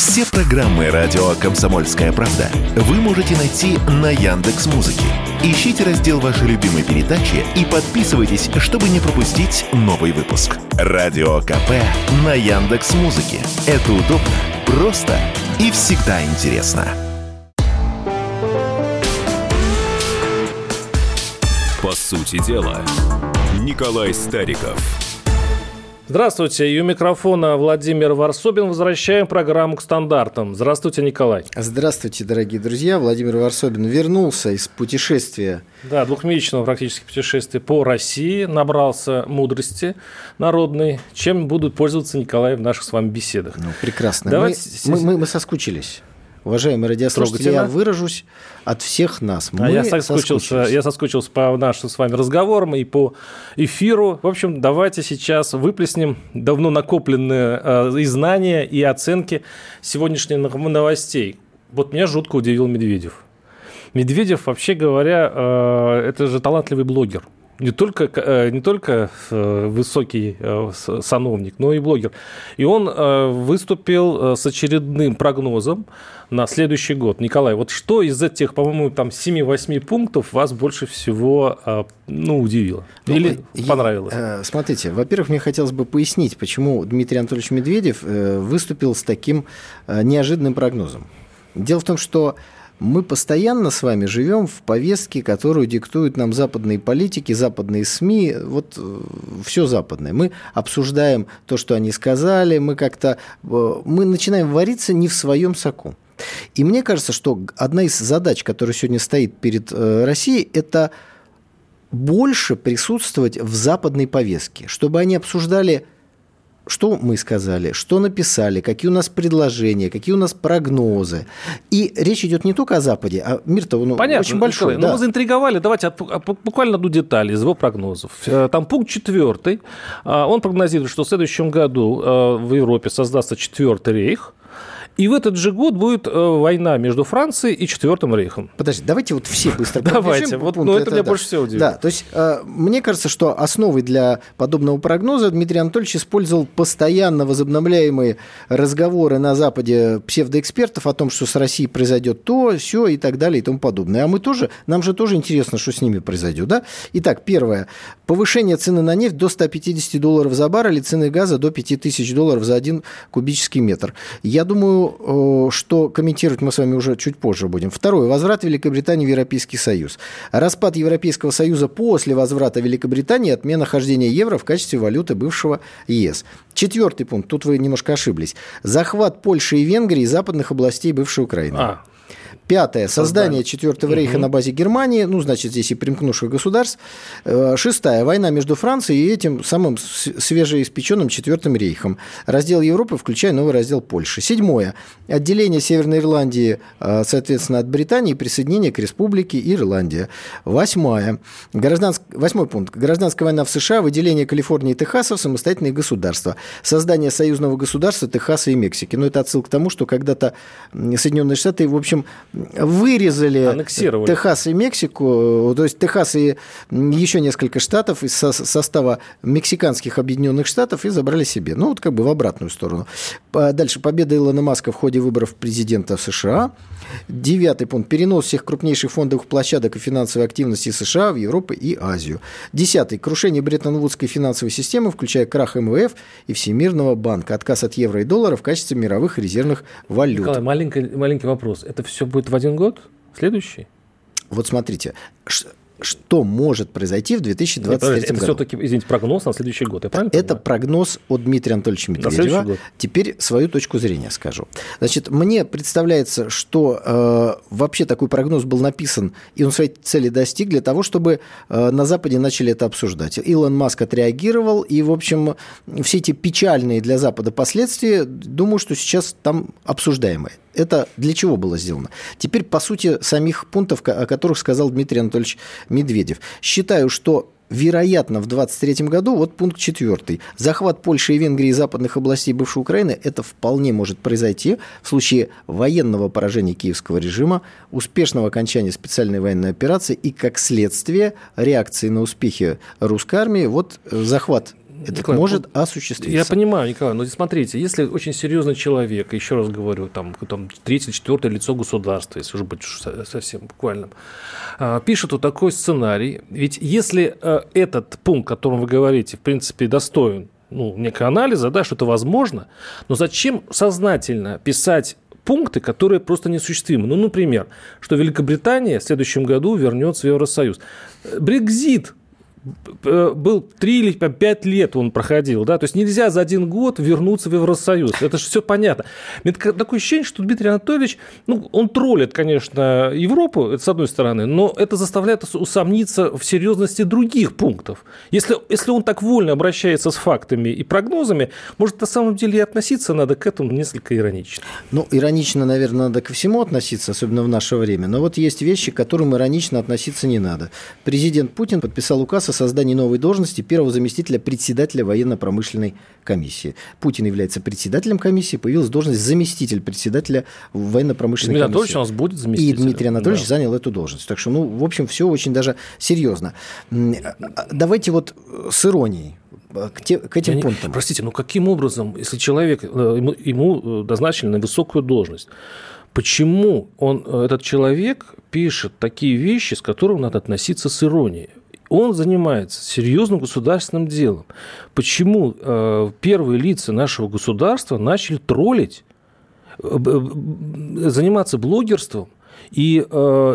Все программы радио «Комсомольская правда» вы можете найти на Яндекс.Музыке. Ищите раздел вашей любимой передачи и подписывайтесь, чтобы не пропустить новый выпуск. Радио КП на Яндекс.Музыке. Это удобно, просто и всегда интересно. По сути дела, Николай Стариков. Здравствуйте, и у микрофона Владимир Варсобин. Возвращаем программу к стандартам. Здравствуйте, Николай. Здравствуйте, дорогие друзья. Владимир Варсобин вернулся из путешествия. Да, двухмесячного практически путешествия по России. Набрался мудрости народной. Чем будут пользоваться, Николай, в наших с вами беседах? Ну, прекрасно. Мы соскучились. Уважаемые радиослушатели, я выражусь от всех нас. Я соскучился по нашим с вами разговорам и по эфиру. В общем, давайте сейчас выплеснем давно накопленные и знания, и оценки сегодняшних новостей. Вот меня жутко удивил Медведев. Медведев, вообще говоря, это же талантливый блогер. Не только высокий сановник, но и блогер. И он выступил с очередным прогнозом на следующий год. Николай, вот что из этих, по-моему, там 7-8 пунктов вас больше всего удивило? Или понравилось? Смотрите, во-первых, мне хотелось бы пояснить, почему Дмитрий Анатольевич Медведев выступил с таким неожиданным прогнозом. Дело в том, что мы постоянно с вами живем в повестке, которую диктуют нам западные политики, западные СМИ, вот все западное. Мы обсуждаем то, что они сказали, мы начинаем вариться не в своем соку. И мне кажется, что одна из задач, которая сегодня стоит перед Россией, это больше присутствовать в западной повестке, чтобы они обсуждали, что мы сказали, что написали, какие у нас предложения, какие у нас прогнозы. И речь идет не только о Западе, а мир-то очень большой. Да. Мы заинтриговали. Давайте буквально одну деталь из его прогнозов. Там пункт 4. Он прогнозирует, что в следующем году в Европе создастся Четвертый рейх. И в этот же год будет война между Францией и Четвертым рейхом. Подожди, давайте вот все быстро Давайте, это меня больше всего удивило. Да, то есть мне кажется, что основой для подобного прогноза Дмитрий Анатольевич использовал постоянно возобновляемые разговоры на Западе псевдоэкспертов о том, что с Россией произойдет то, сё и так далее и тому подобное. А нам же тоже интересно, что с ними произойдет, да? Итак, первое. Повышение цены на нефть до $150 за баррель и цены газа до $5000 за 1 кубический метр. Я думаю, что комментировать мы с вами уже чуть позже будем. Второе. Возврат Великобритании в Европейский Союз. Распад Европейского Союза после возврата Великобритании и отмена хождения евро в качестве валюты бывшего ЕС. 4 пункт. Тут вы немножко ошиблись. Захват Польши и Венгрии и западных областей бывшей Украины. 5. Создание Четвертого рейха на базе Германии, значит, здесь и примкнувших государств. 6. Война между Францией и этим самым свежеиспеченным Четвертым рейхом. Раздел Европы, включая новый раздел Польши. 7. Отделение Северной Ирландии, соответственно, от Британии и присоединение к Республике Ирландия. 8. Пункт. Гражданская война в США, выделение Калифорнии и Техаса в самостоятельные государства. Создание союзного государства Техаса и Мексики. Это отсылка к тому, что когда-то Соединенные Штаты, в общем, вырезали Техас и Мексику, то есть Техас и еще несколько штатов из состава мексиканских объединенных штатов и забрали себе. В обратную сторону. Дальше. Победа Илона Маска в ходе выборов президента США. 9 пункт. Перенос всех крупнейших фондовых площадок и финансовой активности США в Европу и Азию. 10. Крушение Бреттон-Вудской финансовой системы, включая крах МВФ и Всемирного банка. Отказ от евро и доллара в качестве мировых резервных валют. Николай, маленький вопрос. Это все будет в один год? Следующий? Вот смотрите, что может произойти в 2023 году. Это все-таки, извините, прогноз на следующий год. Это прогноз от Дмитрия Анатольевича Медведева. Теперь свою точку зрения скажу. Значит, мне представляется, что вообще такой прогноз был написан, и он своей цели достиг для того, чтобы на Западе начали это обсуждать. Илон Маск отреагировал, и, в общем, все эти печальные для Запада последствия, думаю, что сейчас там обсуждаемые. Это для чего было сделано? Теперь, по сути, самих пунктов, о которых сказал Дмитрий Анатольевич Медведев. Считаю, что вероятно, в 2023 году, вот пункт 4. Захват Польши и Венгрии и западных областей бывшей Украины, это вполне может произойти в случае военного поражения киевского режима, успешного окончания специальной военной операции и, как следствие, реакции на успехи русской армии, вот захват Это Николай, может осуществиться. Я понимаю, Николай, но смотрите, если очень серьезный человек, еще раз говорю, там третье, четвертое лицо государства, если уже быть совсем буквальным, пишет вот такой сценарий, ведь если этот пункт, о котором вы говорите, в принципе, достоин некого анализа, да, что это возможно, но зачем сознательно писать пункты, которые просто неосуществимы? Например, что Великобритания в следующем году вернется в Евросоюз. Брексит был 3 или 5 лет он проходил, да, то есть нельзя за 1 год вернуться в Евросоюз, это же все понятно. У меня такое ощущение, что Дмитрий Анатольевич, он троллит, конечно, Европу, это с одной стороны, но это заставляет усомниться в серьезности других пунктов. Если он так вольно обращается с фактами и прогнозами, может, на самом деле и относиться надо к этому несколько иронично. Иронично, наверное, надо ко всему относиться, особенно в наше время, но вот есть вещи, к которым иронично относиться не надо. Президент Путин подписал указ о создании новой должности первого заместителя председателя военно-промышленной комиссии. Путин является председателем комиссии, появилась должность заместитель председателя военно-промышленной комиссии. Дмитрий Анатольевич у нас будет заместителем. И Дмитрий Анатольевич занял эту должность. Так что, в общем, все очень даже серьезно. Давайте вот с иронией к этим пунктам. Простите, каким образом, если человек, ему назначили на высокую должность, почему этот человек пишет такие вещи, с которыми надо относиться с иронией? Он занимается серьезным государственным делом. Почему первые лица нашего государства начали троллить, заниматься блогерством и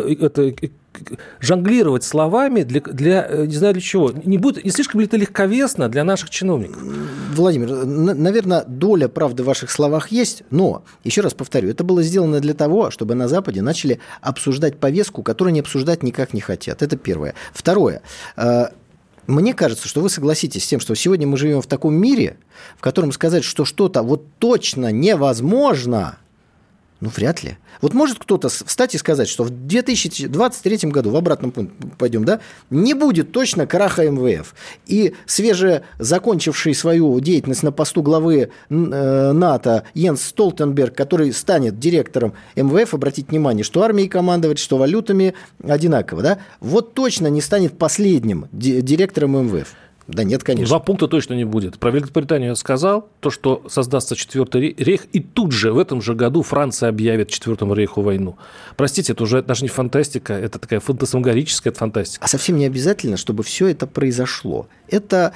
жонглировать словами для не знаю для чего? Не слишком ли это легковесно для наших чиновников? Владимир, наверное, доля правды в ваших словах есть, но, еще раз повторю, это было сделано для того, чтобы на Западе начали обсуждать повестку, которую они обсуждать никак не хотят. Это первое. Второе. Мне кажется, что вы согласитесь с тем, что сегодня мы живем в таком мире, в котором сказать, что что-то вот точно невозможно, вряд ли. Вот может кто-то встать и сказать, что в 2023 году, в обратном пункте пойдем, да, не будет точно краха МВФ. И свежезакончивший свою деятельность на посту главы НАТО Йенс Столтенберг, который станет директором МВФ, обратите внимание, что армией командовать, что валютами одинаково, да, вот точно не станет последним директором МВФ. Да нет, конечно. 2 пункта точно не будет. Про Великобританию я сказал, то, что создастся Четвертый рейх, и тут же, в этом же году, Франция объявит Четвертому рейху войну. Простите, это уже даже не фантастика, это такая фантасмагорическая фантастика. А совсем не обязательно, чтобы все это произошло. Это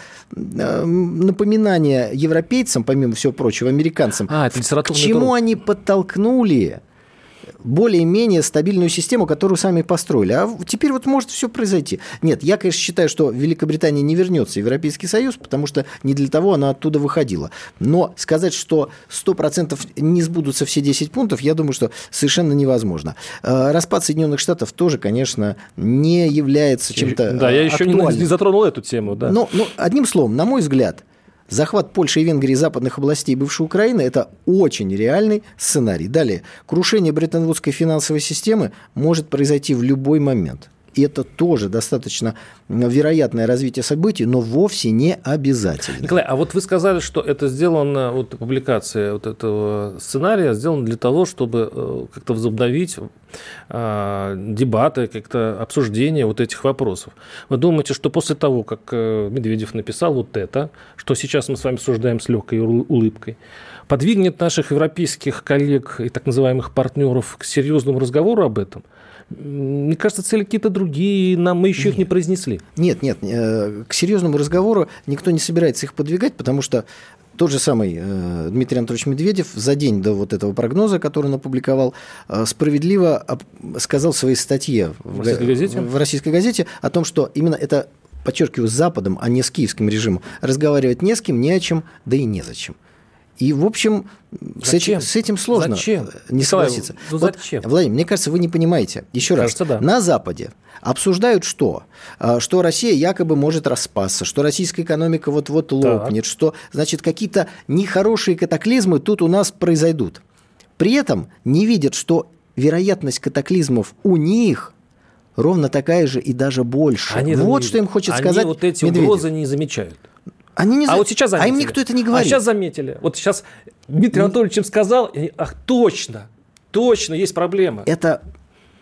напоминание европейцам, помимо всего прочего, американцам, к чему они подтолкнули более-менее стабильную систему, которую сами построили. А теперь вот может все произойти. Нет, я, конечно, считаю, что Великобритания не вернется в Европейский Союз, потому что не для того она оттуда выходила. Но сказать, что 100% не сбудутся все 10 пунктов, я думаю, что совершенно невозможно. Распад Соединенных Штатов тоже, конечно, не является чем-то Да, я еще не затронул эту тему. Да. Но одним словом, на мой взгляд, захват Польши и Венгрии западных областей бывшей Украины – это очень реальный сценарий. Далее. Крушение Бреттон-Вудской финансовой системы может произойти в любой момент. И это тоже достаточно вероятное развитие событий, но вовсе не обязательно. Николай, а вот вы сказали, что это сделано, публикация этого сценария сделана для того, чтобы как-то возобновить дебаты, как-то обсуждение этих вопросов. Вы думаете, что после того, как Медведев написал это, что сейчас мы с вами обсуждаем с легкой улыбкой, подвигнет наших европейских коллег и так называемых партнеров к серьезному разговору об этом? Мне кажется, цели какие-то другие, мы еще их не произнесли. Нет, к серьезному разговору никто не собирается их подвигать, потому что тот же самый Дмитрий Анатольевич Медведев за день до этого прогноза, который он опубликовал, справедливо сказал в своей статье в «Российской газете» о том, что именно это, подчеркиваю, с Западом, а не с киевским режимом, разговаривать не с кем, не о чем, да и незачем. И, в общем, с этим сложно не согласиться. Зачем? Владимир, мне кажется, вы не понимаете. Еще раз, да. На Западе обсуждают что? Что Россия якобы может распасться, что российская экономика вот-вот лопнет, что, значит, какие-то нехорошие катаклизмы тут у нас произойдут. При этом не видят, что вероятность катаклизмов у них ровно такая же и даже больше. Вот что им хочет сказать Медведев. Они эти угрозы не замечают. Вот сейчас заметили. А им никто это не говорит. А сейчас заметили. Вот сейчас Дмитрий Анатольевич им сказал, точно, есть проблема. Это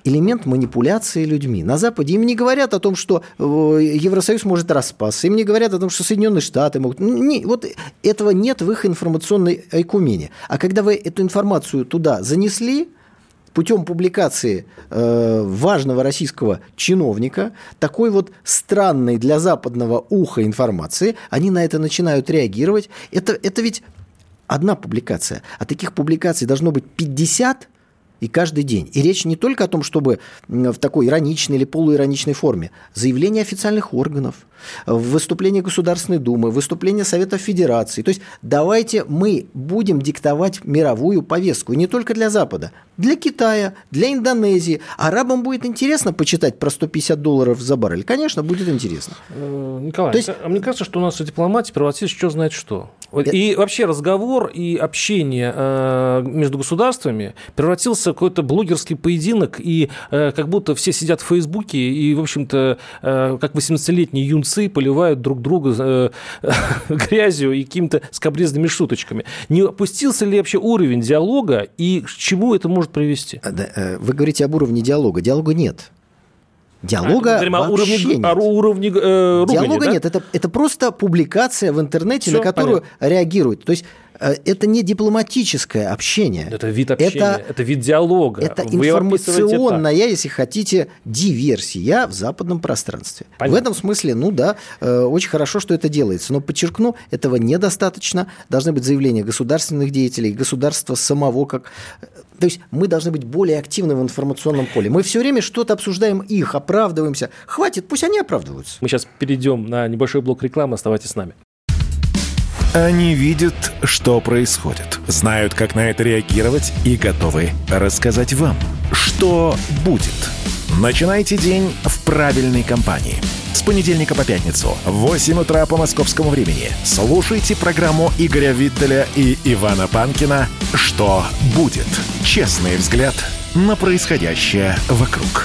элемент манипуляции людьми. На Западе им не говорят о том, что Евросоюз может распасться, им не говорят о том, что Соединенные Штаты могут... Вот этого нет в их информационной ойкумене. А когда вы эту информацию туда занесли, путем публикации важного российского чиновника, такой вот странной для западного уха информации, они на это начинают реагировать. Это ведь одна публикация, а таких публикаций должно быть 50 и каждый день. И речь не только о том, чтобы в такой ироничной или полуироничной форме. Заявления официальных органов, выступления Государственной Думы, выступления Совета Федерации. То есть давайте мы будем диктовать мировую повестку. И не только для Запада. Для Китая, для Индонезии. Арабам будет интересно почитать про $150 за баррель? Конечно, будет интересно. Николай, мне кажется, что у нас дипломатия превратилась в что знает что. И вообще разговор и общение между государствами превратился в какой-то блогерский поединок, и как будто все сидят в Фейсбуке и, в общем-то, как 18-летние юнцы поливают друг друга грязью и какими-то скабрезными шуточками. Не опустился ли вообще уровень диалога и к чему это может привести? Вы говорите об уровне диалога. Диалога нет. Диалога вообще нет. Диалога нет. Это просто публикация в интернете, на которую реагируют. То есть это не дипломатическое общение. Это вид общения, это вид диалога. Это информационная, если хотите, диверсия в западном пространстве. Понятно. В этом смысле, очень хорошо, что это делается. Но подчеркну, этого недостаточно. Должны быть заявления государственных деятелей, государства самого как... То есть мы должны быть более активны в информационном поле. Мы все время что-то обсуждаем их, оправдываемся. Хватит, пусть они оправдываются. Мы сейчас перейдем на небольшой блок рекламы. Оставайтесь с нами. Они видят, что происходит, знают, как на это реагировать и готовы рассказать вам, что будет. Начинайте день в правильной компании. С понедельника по пятницу в 8 утра по московскому времени слушайте программу Игоря Виттеля и Ивана Панкина «Что будет?». Честный взгляд на происходящее вокруг.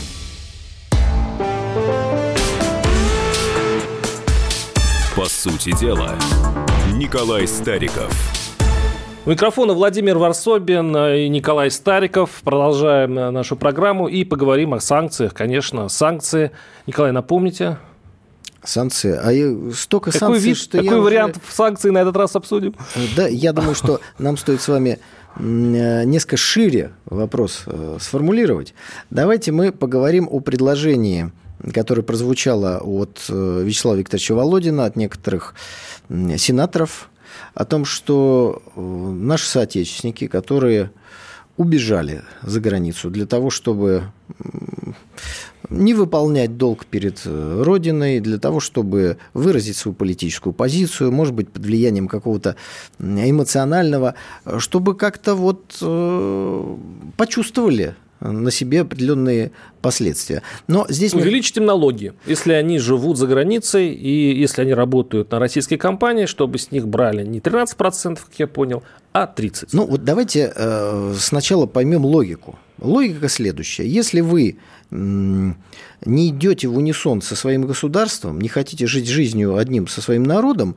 По сути дела, Николай Стариков. У микрофона Владимир Варсобин и Николай Стариков. Продолжаем нашу программу и поговорим о санкциях. Конечно, санкции. Николай, напомните. Санкции. А столько санкций, что какой вариант санкций на этот раз обсудим? Да, я думаю, что нам стоит с вами несколько шире вопрос сформулировать. Давайте мы поговорим о предложении, которое прозвучало от Вячеслава Викторовича Володина, от некоторых сенаторов, о том, что наши соотечественники, которые убежали за границу для того, чтобы не выполнять долг перед Родиной, для того, чтобы выразить свою политическую позицию, может быть, под влиянием какого-то эмоционального, чтобы как-то почувствовали на себе определенные последствия. Но здесь увеличить им налоги, если они живут за границей и если они работают на российские компании, чтобы с них брали не 13%, как я понял, а 30%. Давайте сначала поймем логику. Логика следующая. Если вы не идете в унисон со своим государством, не хотите жить жизнью одним со своим народом,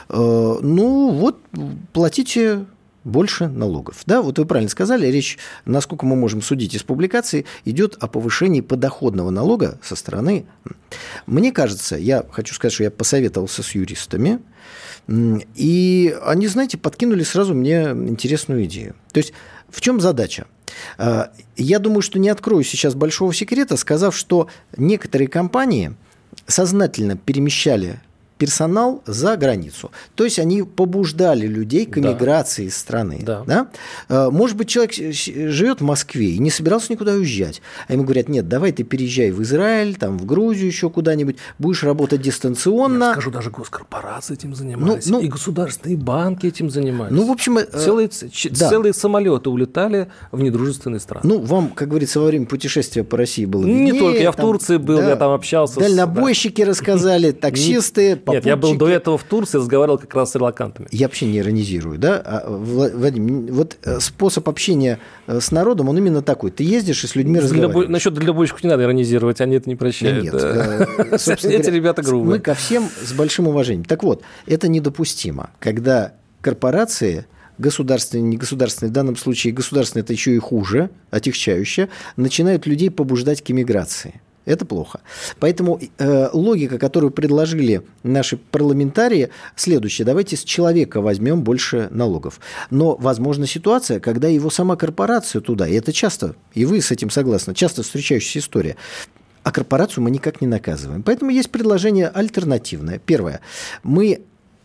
платите больше налогов. Да, вот вы правильно сказали, речь, насколько мы можем судить из публикации, идет о повышении подоходного налога со стороны. Мне кажется, я хочу сказать, что я посоветовался с юристами, и они, знаете, подкинули сразу мне интересную идею. То есть в чем задача? Я думаю, что не открою сейчас большого секрета, сказав, что некоторые компании сознательно перемещали персонал за границу. То есть они побуждали людей к эмиграции из страны. Да. Может быть, человек живет в Москве и не собирался никуда уезжать. А ему говорят: нет, давай ты переезжай в Израиль, там, в Грузию еще куда-нибудь, будешь работать дистанционно. Я скажу, даже госкорпорации этим занимались, и государственные банки этим занимались. В общем, целые самолеты улетали в недружественные страны. Вам, как говорится, во время путешествия по России было виднее. Не только, я в Турции был, я там общался. Дальнобойщики рассказали, таксисты, Нет, я был до этого в Турции, разговаривал как раз с релокантами. Я вообще не иронизирую, да? Вадим, способ общения с народом, он именно такой. Ты ездишь и с людьми разговариваешь. Насчет дальнобойщиков не надо иронизировать, они это не прощают. Нет, эти ребята грубые. Мы ко всем с большим уважением. Так вот, это недопустимо, когда корпорации государственные, негосударственные, в данном случае государственные, это еще и хуже, отягчающее, начинают людей побуждать к эмиграции. Это плохо. Поэтому логика, которую предложили наши парламентарии, следующая. Давайте с человека возьмем больше налогов. Но возможна ситуация, когда его сама корпорация туда, и это часто, и вы с этим согласны, часто встречающаяся история, а корпорацию мы никак не наказываем. Поэтому есть предложение альтернативное. Первое. Мы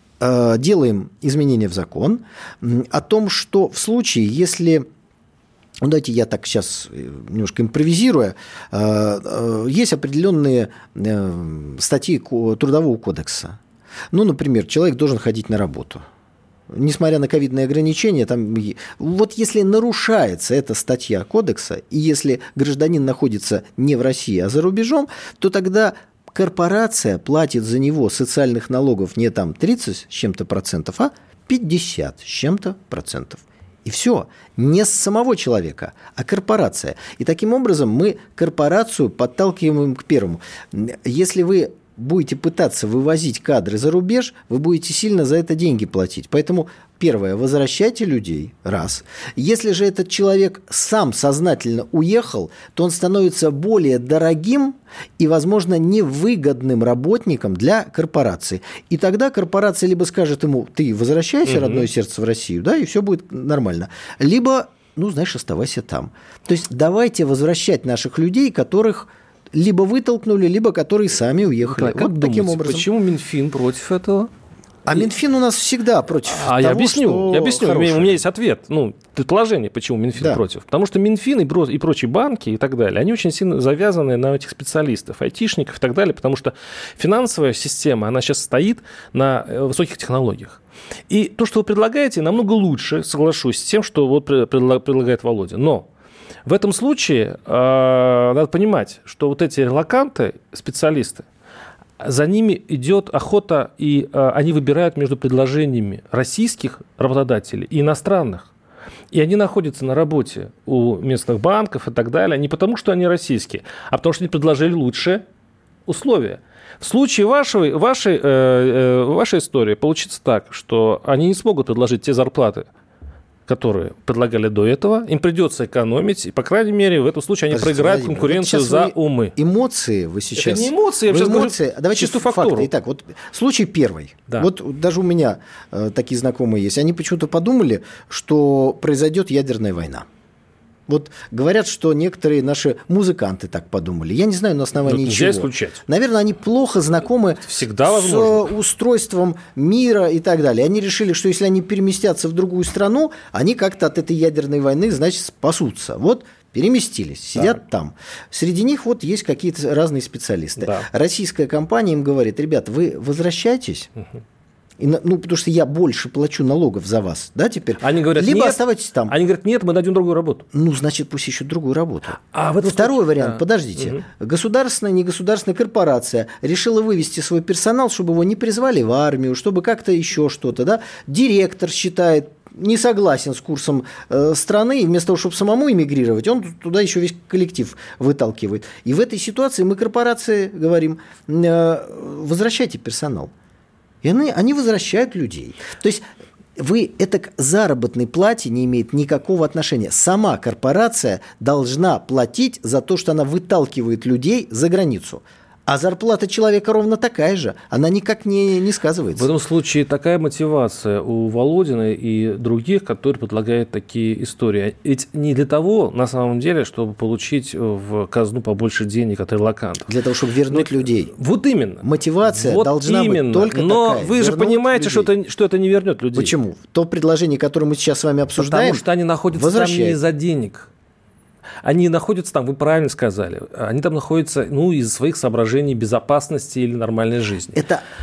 делаем изменения в закон о том, что в случае, если... Ну, давайте я так сейчас немножко импровизируя. Есть определенные статьи Трудового кодекса. Ну, например, человек должен ходить на работу. Несмотря на ковидные ограничения, там, вот если нарушается эта статья кодекса, и если гражданин находится не в России, а за рубежом, то тогда корпорация платит за него социальных налогов не там 30 с чем-то процентов, а 50 с чем-то процентов. И все. Не с самого человека, а корпорация. И таким образом мы корпорацию подталкиваем к первому. Если вы будете пытаться вывозить кадры за рубеж, вы будете сильно за это деньги платить. Поэтому, первое, возвращайте людей, раз. Если же этот человек сам сознательно уехал, то он становится более дорогим и, возможно, невыгодным работником для корпорации. И тогда корпорация либо скажет ему, ты возвращайся, родное сердце, в Россию, да, и все будет нормально. Либо, ну, знаешь, оставайся там. То есть давайте возвращать наших людей, которых... либо вытолкнули, либо которые сами уехали. Да, вот таким образом. Почему Минфин против этого? А Минфин у нас всегда против того, я объясню. Хорошее. У меня есть ответ. Предположение, почему Минфин против. Потому что Минфин и прочие банки и так далее, они очень сильно завязаны на этих специалистов, айтишников и так далее, потому что финансовая система, она сейчас стоит на высоких технологиях. И то, что вы предлагаете, намного лучше, соглашусь с тем, что вот предлагает Володя. Но в этом случае надо понимать, что вот эти релоканты, специалисты, за ними идет охота, и они выбирают между предложениями российских работодателей и иностранных. И они находятся на работе у местных банков и так далее не потому, что они российские, а потому что они предложили лучшие условия. В случае вашей истории получится так, что они не смогут предложить те зарплаты, которые предлагали до этого, им придется экономить, и, по крайней мере, в этом случае они проиграют конкуренцию за умы. Эмоции вы сейчас... Это не эмоции, я сейчас говорю чистую фактуру. Итак, вот случай первый. Да. Вот даже у меня такие знакомые есть. Они почему-то подумали, что произойдет ядерная война. Вот говорят, что некоторые наши музыканты так подумали. Я не знаю на основании чего. Нельзя исключать. Наверное, они плохо знакомы с устройством мира и так далее. Они решили, что если они переместятся в другую страну, они как-то от этой ядерной войны, значит, спасутся. Вот переместились, сидят там. Среди них вот есть какие-то разные специалисты. Да. Российская компания им говорит, ребят, вы возвращайтесь. Потому что я больше плачу налогов за вас, да, теперь. Они говорят, либо нет, оставайтесь там. Они говорят, нет, мы найдем другую работу. Значит, пусть ищут другую работу. Второй вариант, подождите. Государственная, негосударственная корпорация решила вывести свой персонал, чтобы его не призвали в армию, чтобы как-то еще что-то, да. Директор считает, не согласен с курсом страны, и вместо того, чтобы самому эмигрировать, он туда еще весь коллектив выталкивает. И в этой ситуации мы корпорации говорим, возвращайте персонал. И они возвращают людей. То есть это к заработной плате не имеет никакого отношения. Сама корпорация должна платить за то, что она выталкивает людей за границу. А зарплата человека ровно такая же. Она никак не сказывается. В этом случае такая мотивация у Володина и других, которые предлагают такие истории. Ведь не для того, на самом деле, чтобы получить в казну побольше денег от релокантов. Для того, чтобы вернуть людей. Вот именно. Мотивация должна быть только такая. Но вы же понимаете, что это не вернет людей. Почему? То предложение, которое мы сейчас с вами обсуждаем, потому что они находятся там не из-за денег. Они находятся там, вы правильно сказали, они там находятся, из-за своих соображений безопасности или нормальной жизни.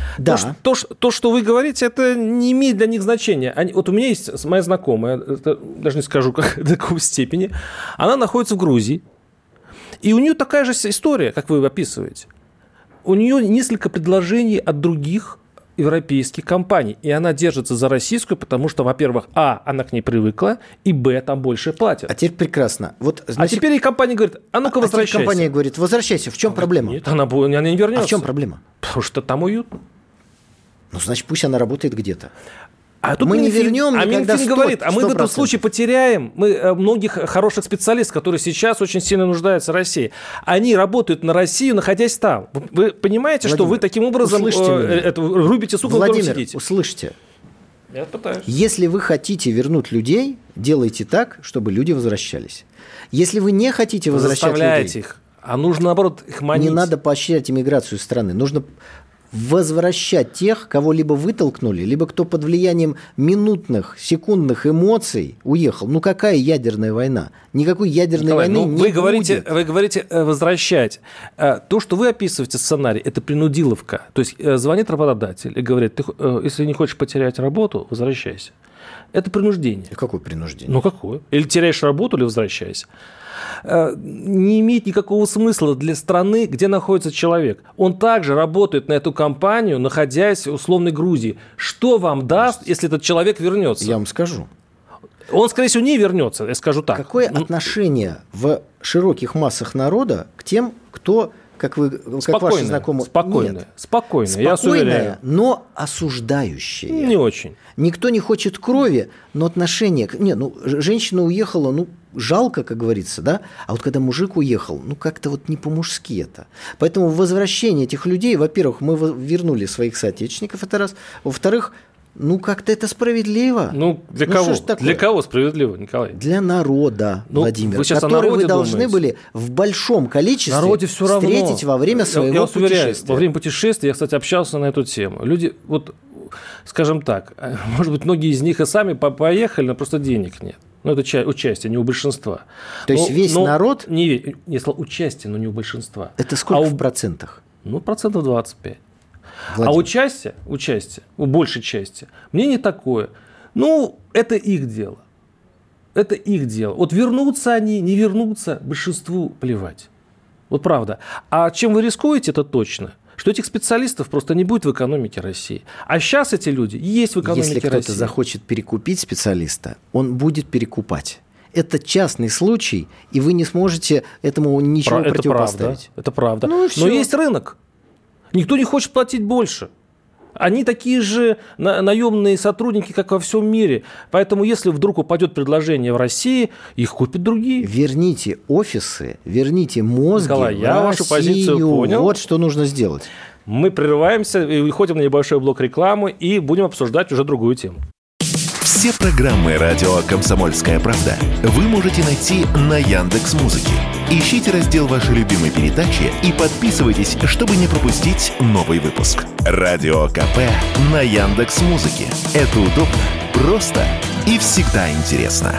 То, что вы говорите, это не имеет для них значения. Вот у меня есть моя знакомая, даже не скажу, до какой степени, она находится в Грузии, и у нее такая же история, как вы описываете. У нее несколько предложений от других европейских компаний. И она держится за российскую, потому что, во-первых, она к ней привыкла, и, там больше платят. А теперь прекрасно. А теперь и компания говорит, ну-ка возвращайся. А компания говорит, возвращайся. В чем проблема? Нет, она не вернется. А в чем проблема? Потому что там уютно. Значит, пусть она работает где-то. А тут мы не Минфин, вернем никогда Минфин говорит, мы в этом случае потеряем многих хороших специалистов, которые сейчас очень сильно нуждаются в России. Они работают на Россию, находясь там. Вы понимаете, Владимир, что вы таким образом рубите сук, на котором сидите? Услышьте. Я пытаюсь. Если вы хотите вернуть людей, делайте так, чтобы люди возвращались. Если вы не хотите возвращать людей... их. А нужно, наоборот, их манить. Не надо поощрять иммиграцию страны. Нужно возвращать тех, кого либо вытолкнули, либо кто под влиянием минутных, секундных эмоций уехал. Ну, какая ядерная война? Никакой ядерной войны не будет. Вы говорите возвращать. То, что вы описываете сценарий, это принудиловка. То есть звонит работодатель и говорит, ты, если не хочешь потерять работу, возвращайся. Это принуждение. Какое принуждение? Ну, какое? Или теряешь работу, или возвращайся. Не имеет никакого смысла для страны, где находится человек. Он также работает на эту компанию, находясь в условной Грузии. Что вам даст, если этот человек вернется? Я вам скажу. Он, скорее всего, не вернется, я скажу так. Какое отношение в широких массах народа к тем, кто, как ваши знакомые... Спокойное, я вас уверяю. Но осуждающее. Не очень. Никто не хочет крови, но отношение... женщина уехала, жалко, как говорится, да? А вот когда мужик уехал, как-то не по-мужски это. Поэтому возвращение этих людей, во-первых, мы вернули своих соотечественников, это раз. Во-вторых, как-то это справедливо. Для кого? Для кого справедливо, Николай? Для народа, Владимир, который вы должны были в большом количестве встретить во время своего путешествия. Во время путешествия я, кстати, общался на эту тему. Люди, скажем так, может быть, многие из них и сами поехали, но просто денег нет. Это участие, не у большинства. То есть весь народ... Не сказал участие, но не у большинства. Это сколько в процентах? 25%. Владимир. А участие, у большей части, мнение такое. Это их дело. Это их дело. Вернутся они, не вернутся, большинству плевать. Правда. А чем вы рискуете, это точно. Что этих специалистов просто не будет в экономике России. А сейчас эти люди есть в экономике России. Если кто-то захочет перекупить специалиста, он будет перекупать. Это частный случай, и вы не сможете этому ничего противопоставить. Это правда. Но есть рынок. Никто не хочет платить больше. Они такие же наемные сотрудники, как во всем мире. Поэтому, если вдруг упадет предложение в России, их купят другие. Верните офисы, верните мозги Николай, в я Россию. вашу позицию понял. Вот что нужно сделать. Мы прерываемся и выходим на небольшой блок рекламы и будем обсуждать уже другую тему. Все программы «Радио Комсомольская правда» вы можете найти на Яндекс.Музыке. Ищите раздел вашей любимой передачи и подписывайтесь, чтобы не пропустить новый выпуск. Радио КП на Яндекс.Музыке. Это удобно, просто и всегда интересно.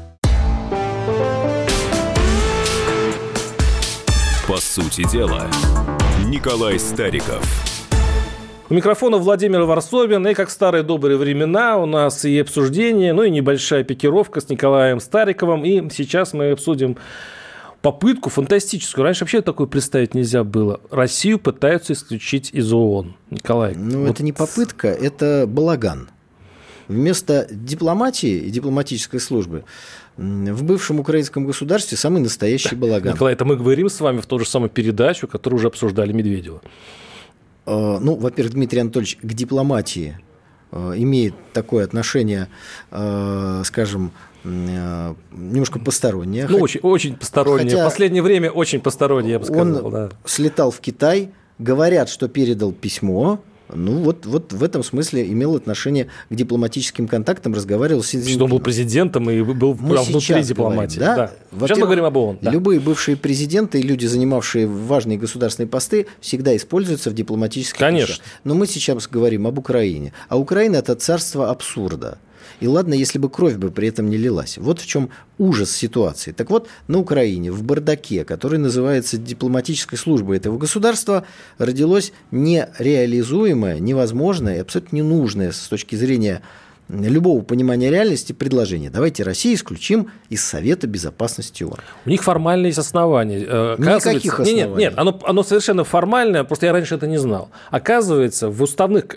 По сути дела, Николай Стариков. У микрофона Владимир Варсобин, и как в старые добрые времена у нас и обсуждение, и небольшая пикировка с Николаем Стариковым. И сейчас мы обсудим попытку фантастическую. Раньше вообще такое представить нельзя было. Россию пытаются исключить из ООН. Николай. Это не попытка, это балаган. Вместо дипломатии и дипломатической службы в бывшем украинском государстве самый настоящий балаган. Николай, это мы говорим с вами в ту же самую передачу, которую уже обсуждали Медведева. Во-первых, Дмитрий Анатольевич к дипломатии имеет такое отношение, скажем, немножко постороннее. Очень постороннее. В последнее время очень постороннее, я бы сказал. Он слетал в Китай, говорят, что передал письмо. В этом смысле имел отношение к дипломатическим контактам, разговаривал с Си Цзиньпином. Что он был президентом и был внутри дипломатии. Да? Сейчас мы говорим об ООН. Да. Любые бывшие президенты и люди, занимавшие важные государственные посты, всегда используются в дипломатических вещах. Но мы сейчас говорим об Украине. А Украина – это царство абсурда. И ладно, если бы кровь бы при этом не лилась. Вот в чем ужас ситуации. Так вот, на Украине, в бардаке, который называется дипломатической службой этого государства, родилось нереализуемое, невозможное и абсолютно ненужное с точки зрения любого понимания реальности предложение. Давайте Россию исключим из Совета Безопасности ООН. У них формальные есть основания. Никаких оснований. Нет, оно совершенно формальное, просто я раньше это не знал. Оказывается, в уставных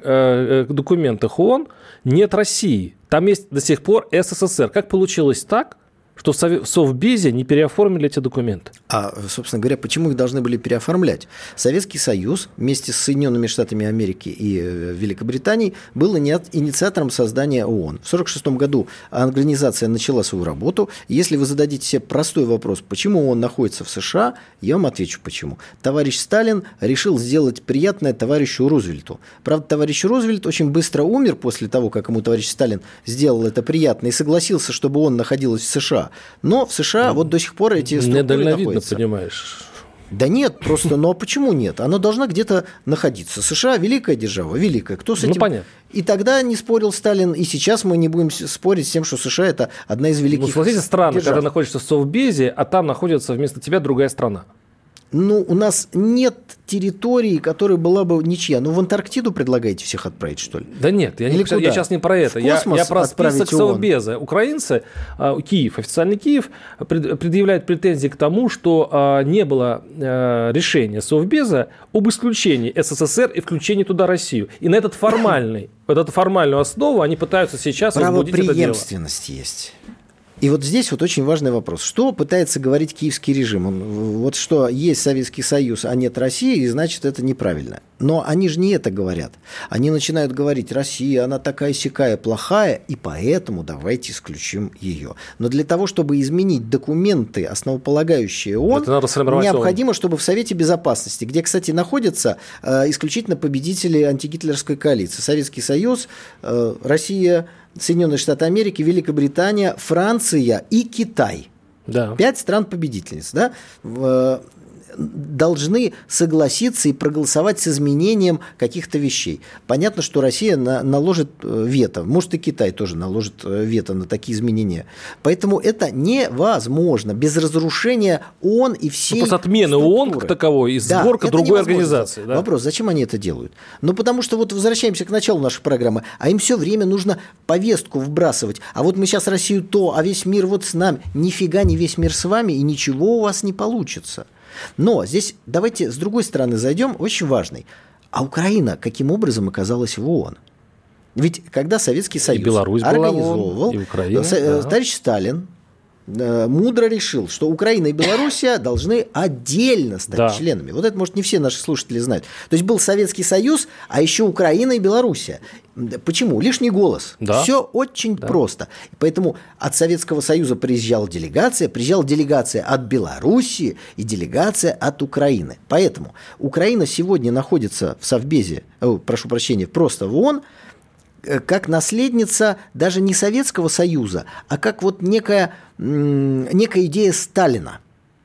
документах ООН нет России. Там есть до сих пор СССР. Как получилось так, что в Совбезе не переоформили эти документы. А, собственно говоря, почему их должны были переоформлять? Советский Союз вместе с Соединенными Штатами Америки и Великобританией был инициатором создания ООН. В 1946 году организация начала свою работу. Если вы зададите себе простой вопрос, почему ООН находится в США, я вам отвечу, почему. Товарищ Сталин решил сделать приятное товарищу Рузвельту. Правда, товарищ Рузвельт очень быстро умер после того, как ему товарищ Сталин сделал это приятно и согласился, чтобы ООН находилась в США. Но в США вот до сих пор эти структуры находятся. Понимаешь. Да нет, просто, ну а почему нет? Она должна где-то находиться. США – великая держава, великая. Кто с этим? Понятно. И тогда не спорил Сталин, и сейчас мы не будем спорить с тем, что США – это одна из великих держав. Смотрите, странно, когда находишься в Совбезе, а там находится вместо тебя другая страна. Ну, у нас нет территории, которая была бы ничья. Ну, в Антарктиду предлагаете всех отправить, что ли? Да нет, я сейчас не про это. Я про список Совбеза. Украинцы, Киев, официальный Киев, предъявляют претензии к тому, что не было решения Совбеза об исключении СССР и включении туда Россию. И на эту формальную основу они пытаются сейчас возбудить это дело. Правопреемственность есть. И вот здесь вот очень важный вопрос. Что пытается говорить киевский режим? Вот что есть Советский Союз, а нет России, и значит, это неправильно. Но они же не это говорят. Они начинают говорить, Россия, она такая-сякая, плохая, и поэтому давайте исключим ее. Но для того, чтобы изменить документы, основополагающие ООН, необходимо, чтобы в Совете Безопасности, где, кстати, находятся исключительно победители антигитлеровской коалиции, Советский Союз, Россия, Соединенные Штаты Америки, Великобритания, Франция и Китай. Да. 5 стран-победительниц, да, должны согласиться и проголосовать с изменением каких-то вещей. Понятно, что Россия наложит вето, может и Китай тоже наложит вето на такие изменения. Поэтому это невозможно без разрушения ООН и всей просто отмены ООН как таковой и сборка другой организации. Да? Вопрос, зачем они это делают? Ну, потому что вот возвращаемся к началу нашей программы, а им все время нужно повестку вбрасывать. А вот мы сейчас Россию то, а весь мир вот с нами. Нифига не весь мир с вами, и ничего у вас не получится. Но здесь давайте с другой стороны зайдем, очень важный. А Украина каким образом оказалась в ООН? Ведь когда Советский Союз организовывал, товарищ Сталин мудро решил, что Украина и Белоруссия должны отдельно стать членами. Вот это, может, не все наши слушатели знают. То есть был Советский Союз, а еще Украина и Белоруссия. Почему? Лишний голос. Да. Все очень просто. Поэтому от Советского Союза приезжала делегация от Белоруссии и делегация от Украины. Поэтому Украина сегодня находится в Совбезе, просто в ООН, как наследница даже не Советского Союза, а как вот некая идея Сталина.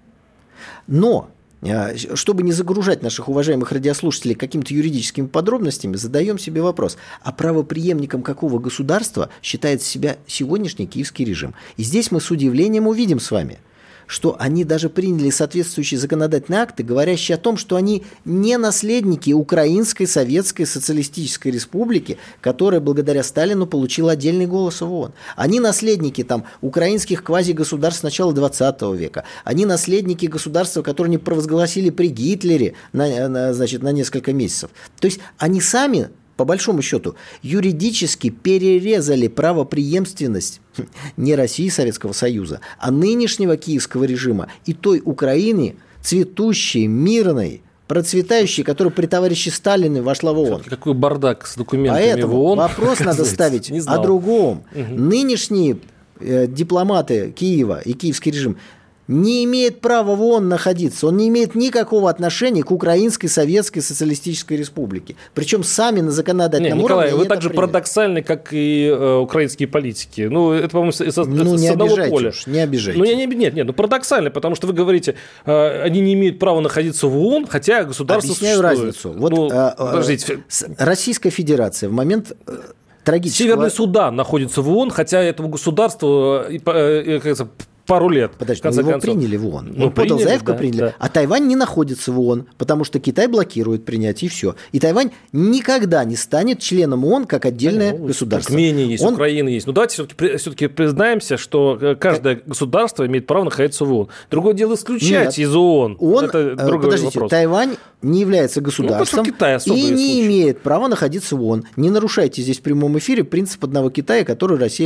Но, чтобы не загружать наших уважаемых радиослушателей какими-то юридическими подробностями, задаем себе вопрос, а правопреемником какого государства считает себя сегодняшний киевский режим? И здесь мы с удивлением увидим с вами, что они даже приняли соответствующие законодательные акты, говорящие о том, что они не наследники Украинской Советской Социалистической Республики, которая благодаря Сталину получила отдельный голос в ООН. Они наследники украинских квазигосударств начала 20 века. Они наследники государства, которые не провозгласили при Гитлере на несколько месяцев. То есть они сами, по большому счету, юридически перерезали правопреемственность не России и Советского Союза, а нынешнего киевского режима и той Украины, цветущей, мирной, процветающей, которая при товарище Сталине вошла в ООН. Какой бардак с документами Поэтому в ООН. Вопрос надо ставить о другом. Нынешние дипломаты Киева и киевский режим не имеет права в ООН находиться. Он не имеет никакого отношения к Украинской Советской Социалистической Республике. Причем сами на законодательном уровне. Николай, вы так же парадоксальны, как и украинские политики. Это, по-моему, с одного поля. Не обижайте. Нет, парадоксально, потому что вы говорите, они не имеют права находиться в ООН, хотя государство существует. Объясняю разницу. Подождите. Российская Федерация в момент трагического... Северный Судан находится в ООН, хотя этому государству, пару лет. Подожди, его приняли в ООН. Он подал заявку, приняли. А Тайвань не находится в ООН, потому что Китай блокирует принятие, и все. И Тайвань никогда не станет членом ООН как отдельное государство. Туркмения есть, Украина есть. Но давайте все-таки признаемся, что каждое государство имеет право находиться в ООН. Другое дело исключать из ООН. Это другой вопрос. Тайвань не является государством и не имеет права находиться в ООН. Не нарушайте здесь в прямом эфире принцип одного Китая, который Россия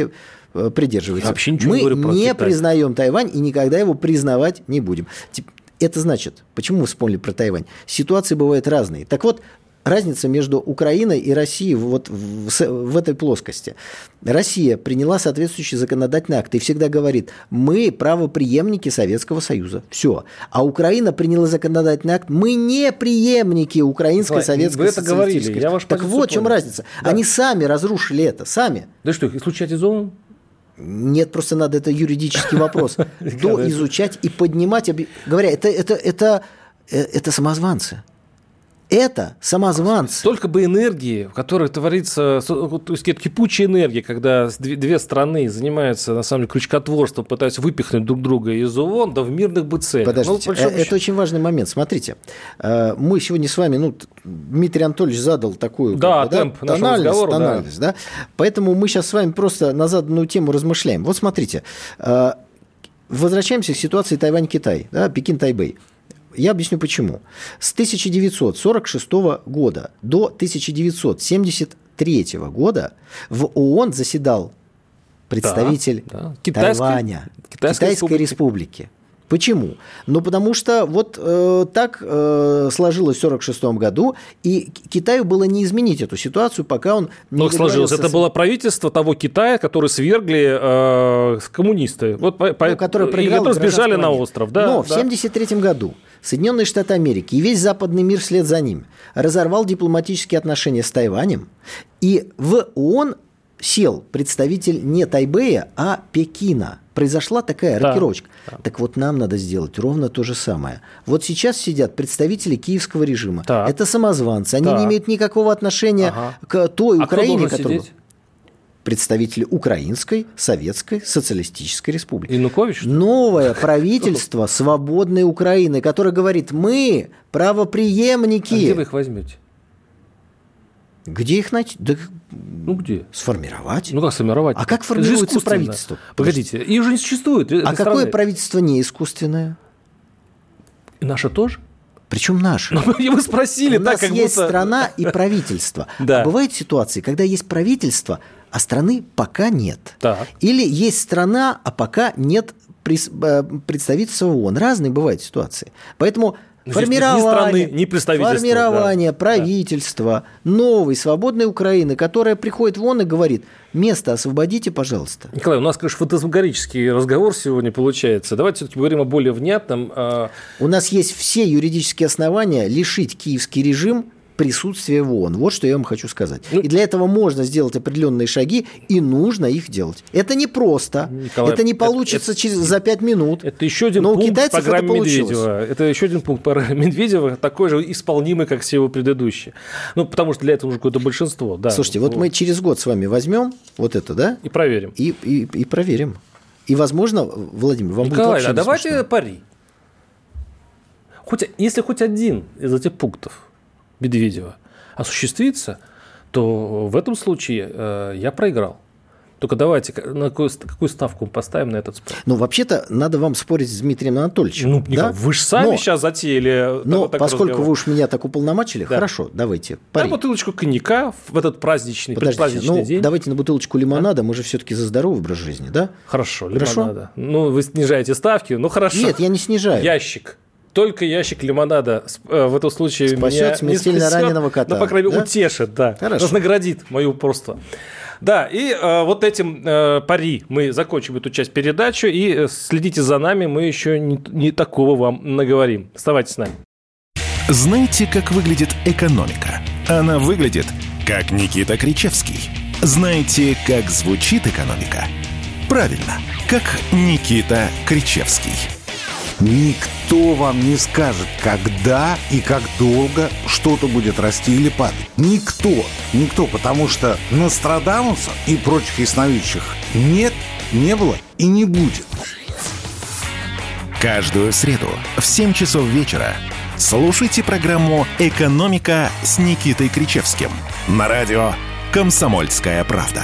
придерживается. Вообще ничего Мы не говорю про не Китай. признаем Тайвань и никогда его признавать не будем. Это значит, почему мы вспомнили про Тайвань? Ситуации бывают разные. Так вот, разница между Украиной и Россией вот в этой плоскости. Россия приняла соответствующий законодательный акт и всегда говорит, мы правопреемники Советского Союза. Все. А Украина приняла законодательный акт, мы не преемники Украинской Советской вы это говорили, Социалистической. я вашу Так позицию вот в чем понял. разница. Да. Они сами разрушили это, сами. Да что, исключать из ООН? Нет, просто надо, это юридический вопрос. Доизучать и поднимать. Говоря, это самозванцы. Это самозванцы. Столько бы энергии, в которой творится, то есть кипучая энергия, когда две страны занимаются, на самом деле, крючкотворством, пытаются выпихнуть друг друга из ООН, да в мирных бы целях. Подождите, это очень важный момент. Смотрите, мы сегодня с вами, Дмитрий Анатольевич задал такую темп нашего разговора. Тональность, да. Поэтому мы сейчас с вами просто на заданную тему размышляем. Вот смотрите, возвращаемся к ситуации Тайвань-Китай, да, Пекин-Тайбэй. Я объясню почему. С 1946 года до 1973 года в ООН заседал представитель Тайваня, Китайской республики. Почему? Потому что вот так сложилось в 1946 году, и Китаю было не изменить эту ситуацию, пока он не сложилось. Это было правительство того Китая, которое свергли коммунисты, которые сбежали на остров. Да, но в 1973 году Соединенные Штаты Америки и весь западный мир вслед за ним разорвал дипломатические отношения с Тайванем, и в ООН сел представитель не Тайбэя, а Пекина. Произошла такая рокировочка. Так вот, нам надо сделать ровно то же самое. Вот сейчас сидят представители киевского режима. Это самозванцы. Они не имеют никакого отношения к той Украине, которая... Представители Украинской Советской Социалистической Республики. Янукович? Новое правительство свободной Украины, которое говорит, мы правопреемники. А где вы их возьмете? Где их найти? Да, где? Сформировать. Как сформировать? А как формируется правительство? Погодите, их же не существует. А какое правительство не искусственное? И наше тоже? Причем наше. Вы спросили У нас есть страна и правительство. А бывают ситуации, когда есть правительство, а страны пока нет. Или есть страна, а пока нет представительства в ООН. Разные бывают ситуации. Поэтому формирование правительства новой свободной Украины, которая приходит в ООН и говорит, место освободите, пожалуйста. Николай, у нас, конечно, фантасмагорический разговор сегодня получается. Давайте все-таки поговорим о более внятном. У нас есть все юридические основания лишить киевский режим присутствия в ООН. Вот что я вам хочу сказать. И для этого можно сделать определенные шаги, и нужно их делать. Это не просто. Николай, это не получится за 5 минут. Это еще один пункт в программе Медведева. Это еще один пункт программы Медведева, такой же исполнимый, как все его предыдущие. Потому что для этого уже какое-то большинство. Да. Слушайте, вот мы через год с вами возьмем вот это, да? И проверим. И проверим. И, возможно, Владимир, вам Николай, будет вообще давайте смешно. пари. Если хоть один из этих пунктов Медведева осуществится, то в этом случае я проиграл. Только давайте, на какую ставку мы поставим на этот спор? Вообще-то, надо вам спорить с Дмитрием Анатольевичем. Да? Вы же сами сейчас затеяли. Поскольку разговор. Вы уж меня так уполномочили, хорошо, давайте. На бутылочку коньяка в этот праздничный день. Давайте на бутылочку лимонада, мы же все-таки за здоровый образ жизни, да? Хорошо, лимонада. Вы снижаете ставки, хорошо. Нет, я не снижаю. Ящик. Только ящик лимонада в этом случае спасет смертельно раненого кота. По крайней мере, утешит, вознаградит мое упорство. Да, и вот этим пари мы закончим эту часть передачи, и следите за нами, мы еще не такого вам наговорим. Оставайтесь с нами. Знаете, как выглядит экономика? Она выглядит, как Никита Кричевский. Знаете, как звучит экономика? Правильно, как Никита Кричевский. Никто вам не скажет, когда и как долго что-то будет расти или падать. Никто, потому что Нострадамуса и прочих ясновидящих нет, не было и не будет. Каждую среду в 7 часов вечера слушайте программу «Экономика» с Никитой Кричевским на радио «Комсомольская правда».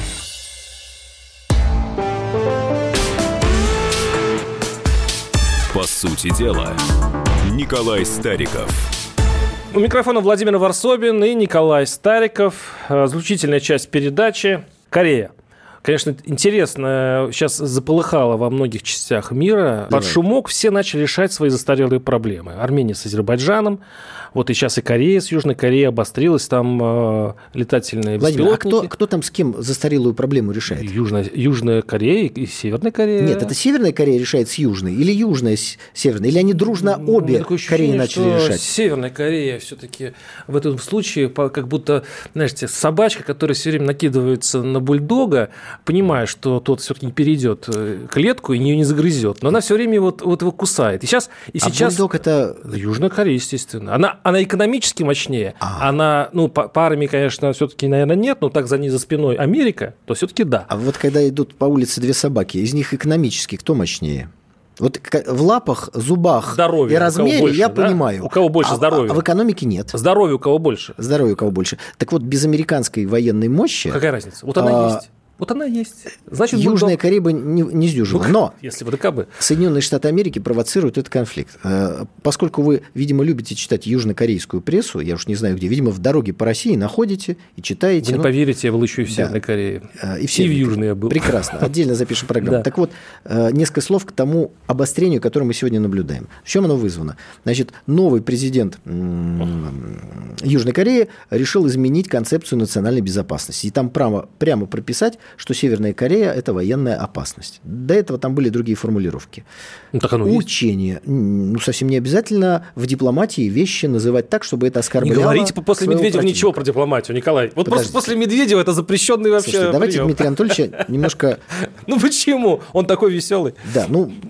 По сути дела, Николай Стариков. У микрофона Владимир Варсобин и Николай Стариков. Заключительная часть передачи. Корея. Конечно, интересно, сейчас заполыхало во многих частях мира. Под шумок все начали решать свои застарелые проблемы. Армения с Азербайджаном, вот и сейчас и Корея с Южной Кореей обострилась, там летательные беспилотники. Владимир, а кто там с кем застарелую проблему решает? Южная Корея и Северная Корея. Нет, это Северная Корея решает с Южной, или Южная с Северной, или они дружно обе Кореи начали решать? Северная Корея все-таки в этом случае как будто, знаете, собачка, которая все время накидывается на бульдога, понимая, что тот все-таки не перейдет клетку и ее не загрызет, но она все время вот его кусает. И сейчас бульдог это Южная Корея, естественно. Она экономически мощнее. Она, парами, конечно, все-таки, наверное, нет, но так за ней за спиной Америка, то все-таки да. А вот когда идут по улице две собаки, из них экономически кто мощнее? Вот в лапах, зубах здоровье, и размере больше, я да? понимаю. У кого больше здоровья? А в экономике нет. Здоровье у кого больше? Здоровье у кого больше. Так вот, без американской военной мощи... Какая разница? Вот она есть. Вот она есть. Значит, Южная Корея бы не сдюжила. Но если бы ДКБ. Соединенные Штаты Америки провоцируют этот конфликт. Поскольку вы, видимо, любите читать южнокорейскую прессу, я уж не знаю где, видимо, в дороге по России находите и читаете. Вы не поверите, я был еще и в Северной Корее. И в Южной я был. Прекрасно. Отдельно запишем программу. Да. Так вот, несколько слов к тому обострению, которое мы сегодня наблюдаем. В чем оно вызвано? Значит, новый президент Южной Кореи решил изменить концепцию национальной безопасности. И там прямо прописать, что Северная Корея – это военная опасность. До этого там были другие формулировки. Так оно учения. Совсем не обязательно в дипломатии вещи называть так, чтобы это оскорбляло. Не говорите после Медведева ничего про дипломатию, Николай. Вот просто после Медведева это запрещенный вообще. Слушайте, давайте прием. Дмитрия Анатольевича немножко... Почему? Он такой веселый. Да,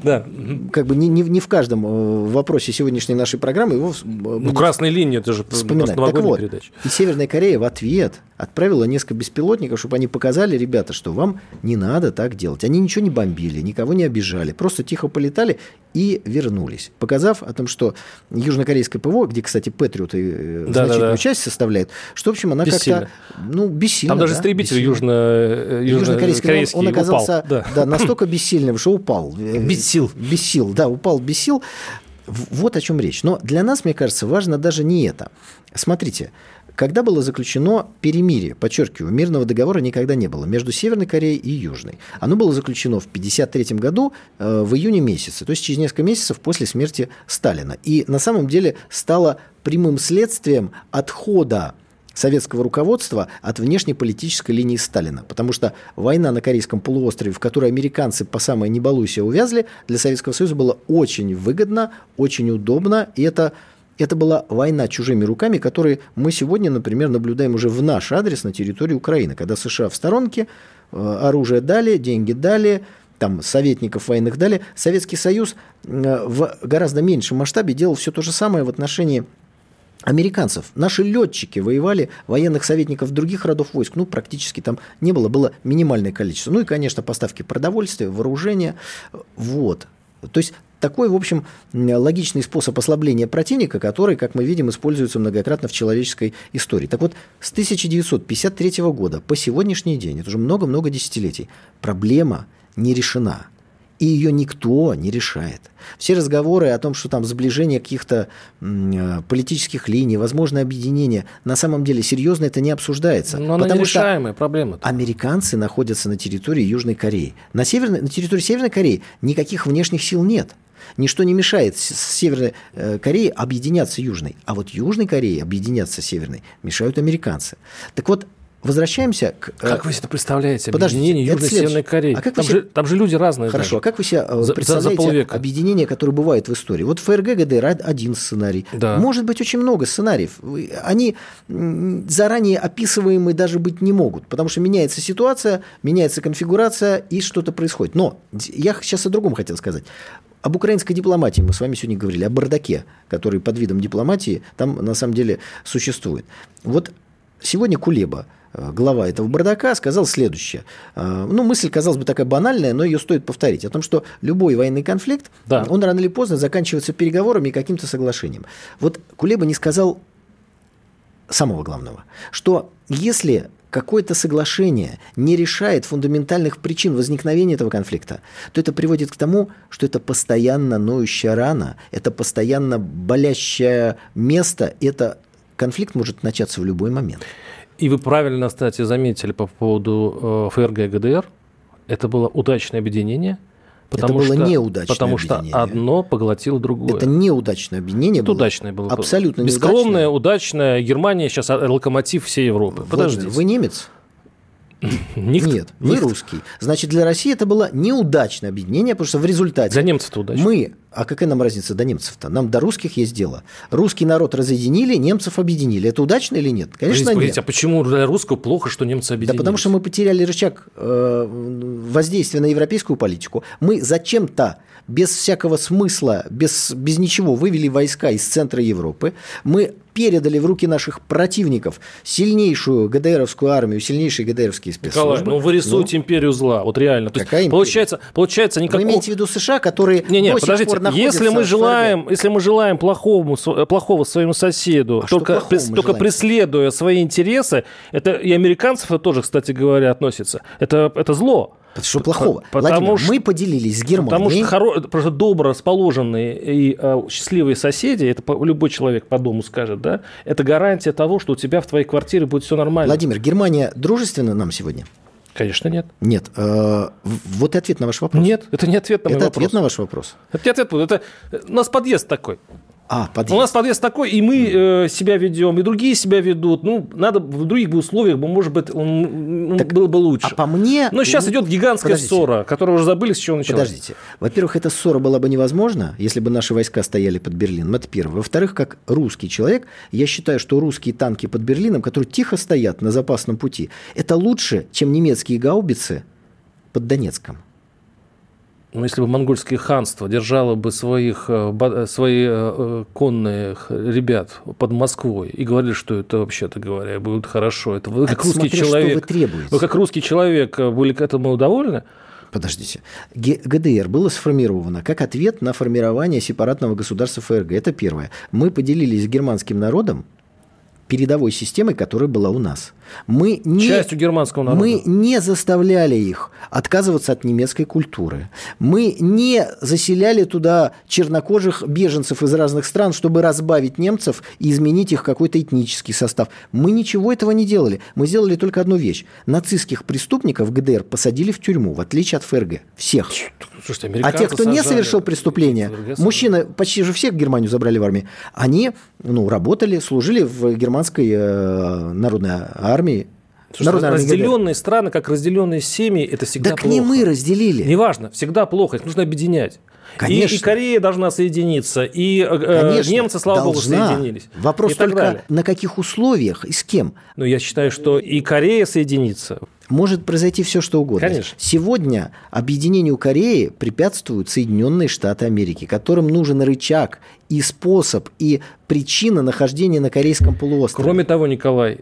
как бы не в каждом вопросе сегодняшней нашей программы его... красная линия, это же новогодняя передача. И Северная Корея в ответ отправила несколько беспилотников, чтобы они показали, ребята, что вам не надо так делать. Они ничего не бомбили, никого не обижали, просто тихо полетали и вернулись, показав о том, что южнокорейское ПВО, где, кстати, Патриоты значительную часть составляет, что, в общем, она как-то бессильна. Там даже истребитель южнокорейский он оказался настолько бессильным, что упал. Без сил. Упал без сил. Вот о чем речь. Но для нас, мне кажется, важно даже не это. Смотрите, когда было заключено перемирие, подчеркиваю, мирного договора никогда не было между Северной Кореей и Южной. Оно было заключено в 1953 году в июне месяце, то есть через несколько месяцев после смерти Сталина. И на самом деле стало прямым следствием отхода советского руководства от внешнеполитической линии Сталина. Потому что война на Корейском полуострове, в которой американцы по самое не балуйся увязли, для Советского Союза была очень выгодна, очень удобна, и это была война чужими руками, которые мы сегодня, например, наблюдаем уже в наш адрес на территории Украины, когда США в сторонке, оружие дали, деньги дали, там советников военных дали. Советский Союз в гораздо меньшем масштабе делал все то же самое в отношении американцев. Наши летчики воевали, военных советников других родов войск, практически там не было, было минимальное количество. И, конечно, поставки продовольствия, вооружения. Вот. То есть такой, в общем, логичный способ ослабления противника, который, как мы видим, используется многократно в человеческой истории. Так вот, с 1953 года по сегодняшний день, это уже много-много десятилетий, проблема не решена. И ее никто не решает. Все разговоры о том, что там сближение каких-то политических линий, возможное объединение, на самом деле серьезно это не обсуждается. Но она нерешаемая проблема. Американцы находятся на территории Южной Кореи. На территории Северной Кореи никаких внешних сил нет. Ничто не мешает Северной Корее объединяться с Южной. А вот Южной Корее объединяться с Северной мешают американцы. Так вот, возвращаемся к... Как вы себе представляете объединение Южной и Северной Кореи? Там же люди разные. Хорошо, а как вы себе представляете объединение, которое бывает в истории? Вот ФРГ, ГДР один сценарий. Да. Может быть очень много сценариев. Они заранее описываемые даже быть не могут, потому что меняется ситуация, меняется конфигурация, и что-то происходит. Но я сейчас о другом хотел сказать. Об украинской дипломатии мы с вами сегодня говорили, о бардаке, который под видом дипломатии там на самом деле существует. Вот сегодня Кулеба, глава этого бардака, сказал следующее. Мысль, казалось бы, такая банальная, но ее стоит повторить. О том, что любой военный конфликт, он рано или поздно заканчивается переговорами и каким-то соглашением. Вот Кулеба не сказал самого главного, что если какое-то соглашение не решает фундаментальных причин возникновения этого конфликта, то это приводит к тому, что это постоянно ноющая рана, это постоянно болящее место, это конфликт может начаться в любой момент. И вы правильно, кстати, заметили по поводу ФРГ и ГДР. это было удачное объединение, Это было неудачное потому объединение. что одно поглотило другое. Это неудачное объединение было. Удачное было. Абсолютно бескромное, неудачное. удачное. Германия сейчас локомотив всей Европы. Подождите. Владимир, вы немец? Нет, вы русский. Значит, для России это было неудачное объединение, потому что в результате... За немцев-то удачно. А какая нам разница до немцев-то? Нам до русских есть дело. Русский народ разъединили, немцев объединили. Это удачно или нет? Конечно, нет. А почему для русского плохо, что немцы объединились? Да потому что мы потеряли рычаг воздействия на европейскую политику. Мы зачем-то без всякого смысла, без ничего вывели войска из центра Европы. Мы передали в руки наших противников сильнейшую ГДРовскую армию, сильнейшие ГДРовские спецслужбы. Николай, вы рисуете империю зла, вот реально. То какая есть, получается никакого... Вы имеете в виду США, которые подождите, пор находятся если мы желаем плохого своему соседу, только преследуя свои интересы, это и американцев это тоже, кстати говоря, относится. Это зло. Что плохого? Владимир, мы поделились с Германией. Потому что просто добро расположенные и счастливые соседи, это любой человек по дому скажет, да, это гарантия того, что у тебя в твоей квартире будет все нормально. Владимир, Германия дружественна нам сегодня? Конечно, нет. Нет. Вот и ответ на ваш вопрос. Нет, это не ответ на мой вопрос. Это ответ на ваш вопрос. Это не ответ. Это у нас подъезд такой. Подъезд. У нас подъезд такой, и мы себя ведем, и другие себя ведут. Надо в других бы условиях, может быть, было бы лучше. А по мне... Но сейчас идет гигантская ссора, которую уже забыли, с чего началась. Подождите. Во-первых, эта ссора была бы невозможна, если бы наши войска стояли под Берлином. Это первое. Во-вторых, как русский человек, я считаю, что русские танки под Берлином, которые тихо стоят на запасном пути, это лучше, чем немецкие гаубицы под Донецком. Но если бы монгольское ханство держало бы свои конные ребят под Москвой и говорили, что это, вообще-то говоря, будет хорошо, это вы как русский человек, что вы требуете. Вы как русский человек были к этому довольны? Подождите. ГДР было сформировано как ответ на формирование сепаратного государства ФРГ. Это первое. Мы поделились с германским народом передовой системой, которая была у нас. Частью германского народа. Мы не заставляли их отказываться от немецкой культуры. Мы не заселяли туда чернокожих беженцев из разных стран, чтобы разбавить немцев и изменить их какой-то этнический состав. Мы ничего этого не делали. Мы сделали только одну вещь. Нацистских преступников ГДР посадили в тюрьму, в отличие от ФРГ. Всех. Слушайте, а те, кто не совершил преступления, мужчины почти же всех в Германию забрали в армию, они работали, служили в германской народной армии. Разделенные страны, как разделенные семьи, это всегда плохо. Так не мы разделили. Неважно, всегда плохо, их нужно объединять. Конечно. И Корея должна соединиться, и немцы, слава богу, соединились. Вопрос только на каких условиях и с кем. Но я считаю, что и Корея соединится. Может произойти все, что угодно. Конечно. Сегодня объединению Кореи препятствуют Соединенные Штаты Америки, которым нужен рычаг и способ, и причина нахождения на Корейском полуострове. Кроме того, Николай,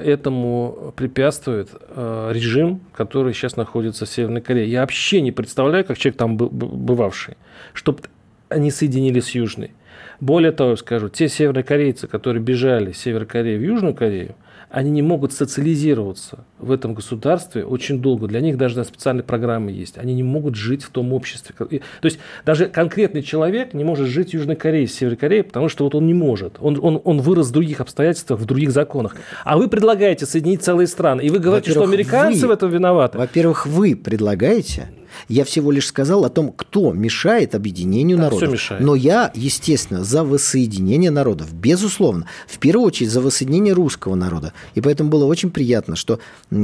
этому препятствует режим, который сейчас находится в Северной Корее. Я вообще не представляю, как человек там бывавший, чтобы они соединились с Южной. Более того, скажу, те северокорейцы, которые бежали с Северной Кореи в Южную Корею, они не могут социализироваться в этом государстве очень долго. Для них даже специальные программы есть. Они не могут жить в том обществе. То есть даже конкретный человек не может жить в Южной Корее, в Северной Корее, потому что он не может. Он вырос в других обстоятельствах, в других законах. А вы предлагаете соединить целые страны. И вы говорите, что американцы в этом виноваты. Во-первых, вы предлагаете... Я всего лишь сказал о том, кто мешает объединению народов. Все мешает. Но я, естественно, за воссоединение народов. Безусловно. В первую очередь за воссоединение русского народа. И поэтому было очень приятно, что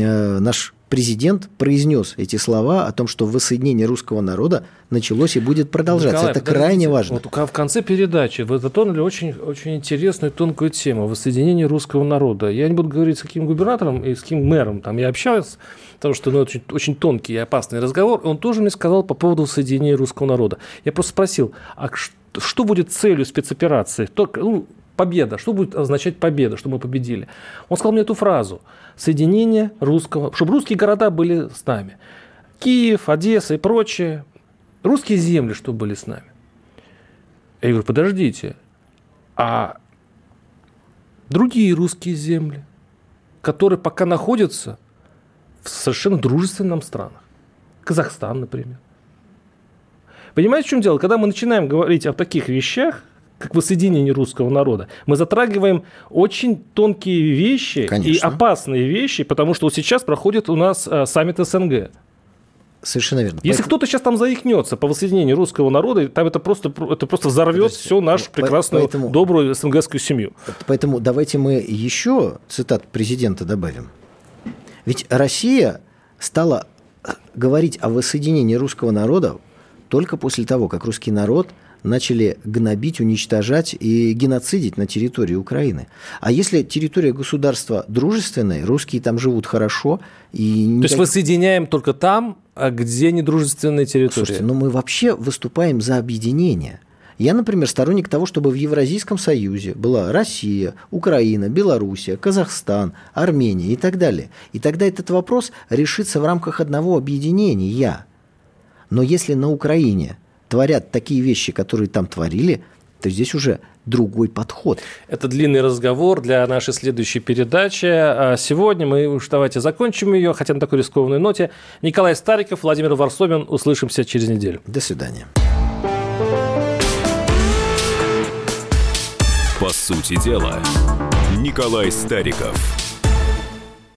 наш президент произнес эти слова о том, что воссоединение русского народа началось и будет продолжаться. Николай, это крайне важно. Вот в конце передачи вы затронули очень, очень интересную, тонкую тему воссоединения русского народа. Я не буду говорить, с каким губернатором и с каким мэром там я общался, потому что очень, очень тонкий и опасный разговор. Он тоже мне сказал по поводу воссоединения русского народа. Я просто спросил, а что будет целью спецоперации? Победа. Что будет означать победа, что мы победили? Он сказал мне эту фразу. Соединение русского... Чтобы русские города были с нами. Киев, Одесса и прочее. Русские земли, чтобы были с нами. Я говорю, подождите. А другие русские земли, которые пока находятся в совершенно дружественных странах. Казахстан, например. Понимаете, в чем дело? Когда мы начинаем говорить о таких вещах, как воссоединение русского народа, мы затрагиваем очень тонкие вещи. Конечно. И опасные вещи, потому что вот сейчас проходит у нас саммит СНГ. Совершенно верно. Если кто-то сейчас там заикнется по воссоединению русского народа, там это просто взорвет всю нашу прекрасную, добрую СНГскую семью. Поэтому давайте мы еще цитат президента добавим. Ведь Россия стала говорить о воссоединении русского народа только после того, как русский народ начали гнобить, уничтожать и геноцидить на территории Украины. А если территория государства дружественная, русские там живут хорошо... То есть воссоединяем только там, где недружественные территории? Слушайте, мы вообще выступаем за объединение. Я, например, сторонник того, чтобы в Евразийском Союзе была Россия, Украина, Белоруссия, Казахстан, Армения и так далее. И тогда этот вопрос решится в рамках одного объединения. Но если на Украине творят такие вещи, которые там творили, то здесь уже другой подход. Это длинный разговор для нашей следующей передачи. А сегодня мы уж давайте закончим ее, хотя на такой рискованной ноте. Николай Стариков, Владимир Варсобин. Услышимся через неделю. До свидания. По сути дела, Николай Стариков.